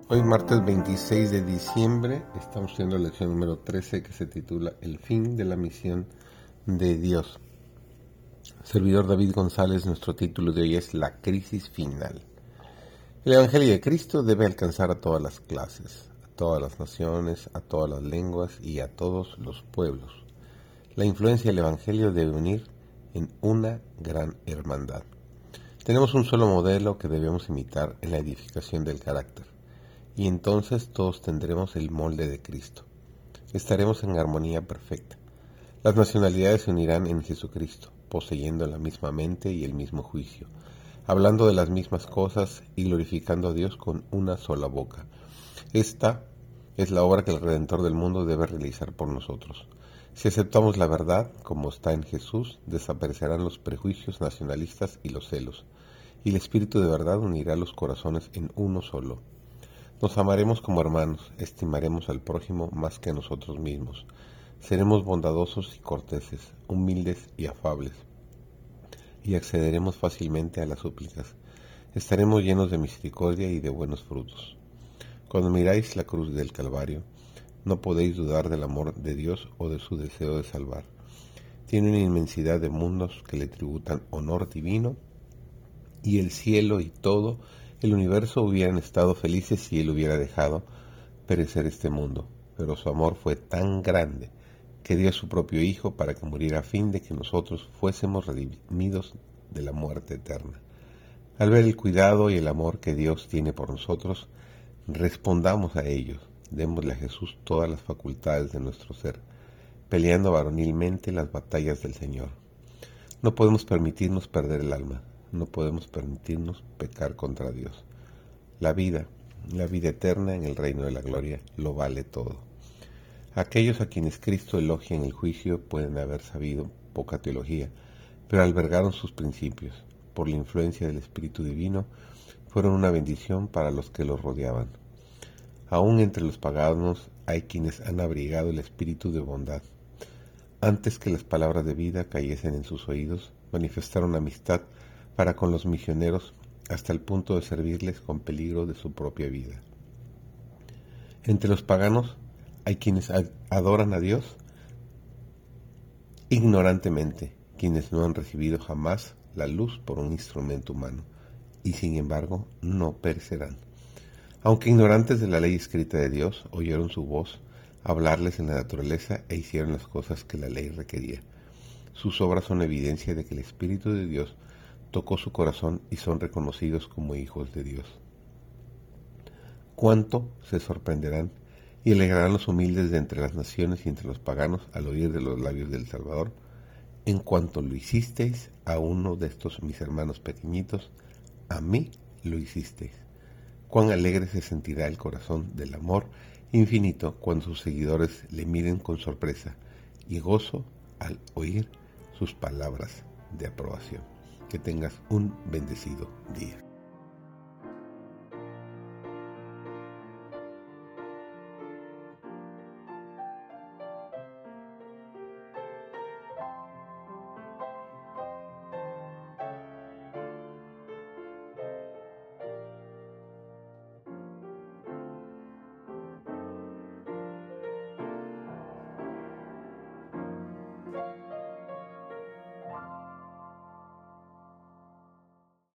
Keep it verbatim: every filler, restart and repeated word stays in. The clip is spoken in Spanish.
Hoy martes veintiséis de diciembre estamos teniendo la lección número trece que se titula El fin de la misión de Dios. Servidor David González, nuestro título de hoy es La crisis final. El Evangelio de Cristo debe alcanzar a todas las clases, a todas las naciones, a todas las lenguas y a todos los pueblos. La influencia del Evangelio debe unir en una gran hermandad. Tenemos un solo modelo que debemos imitar en la edificación del carácter. Y entonces todos tendremos el molde de Cristo. Estaremos en armonía perfecta. Las nacionalidades se unirán en Jesucristo, poseyendo la misma mente y el mismo juicio, hablando de las mismas cosas y glorificando a Dios con una sola boca. Esta es la obra que el Redentor del mundo debe realizar por nosotros. Si aceptamos la verdad, como está en Jesús, desaparecerán los prejuicios nacionalistas y los celos, y el Espíritu de verdad unirá los corazones en uno solo. Nos amaremos como hermanos, estimaremos al prójimo más que a nosotros mismos. Seremos bondadosos y corteses, humildes y afables, y accederemos fácilmente a las súplicas. Estaremos llenos de misericordia y de buenos frutos. Cuando miráis la cruz del Calvario, no podéis dudar del amor de Dios o de su deseo de salvar. Tiene una inmensidad de mundos que le tributan honor divino, y el cielo y todo el universo hubieran estado felices si él hubiera dejado perecer este mundo, pero su amor fue tan grande que dio a su propio Hijo para que muriera a fin de que nosotros fuésemos redimidos de la muerte eterna. Al ver el cuidado y el amor que Dios tiene por nosotros, respondamos a ellos, démosle a Jesús todas las facultades de nuestro ser, peleando varonilmente las batallas del Señor. No podemos permitirnos perder el alma. No podemos permitirnos pecar contra Dios. La vida, la vida eterna en el reino de la gloria, lo vale todo. Aquellos a quienes Cristo elogia en el juicio pueden haber sabido poca teología, pero albergaron sus principios. Por la influencia del Espíritu Divino, fueron una bendición para los que los rodeaban. Aún entre los paganos hay quienes han abrigado el espíritu de bondad. Antes que las palabras de vida cayesen en sus oídos, manifestaron amistad para con los misioneros hasta el punto de servirles con peligro de su propia vida. Entre los paganos hay quienes adoran a Dios ignorantemente, quienes no han recibido jamás la luz por un instrumento humano, y sin embargo no perecerán. Aunque ignorantes de la ley escrita de Dios, oyeron su voz hablarles en la naturaleza e hicieron las cosas que la ley requería. Sus obras son evidencia de que el Espíritu de Dios tocó su corazón y son reconocidos como hijos de Dios. ¿Cuánto se sorprenderán y alegrarán los humildes de entre las naciones y entre los paganos al oír de los labios del Salvador? En cuanto lo hicisteis a uno de estos mis hermanos pequeñitos, a mí lo hicisteis. Cuán alegre se sentirá el corazón del amor infinito cuando sus seguidores le miren con sorpresa y gozo al oír sus palabras de aprobación. Que tengas un bendecido día.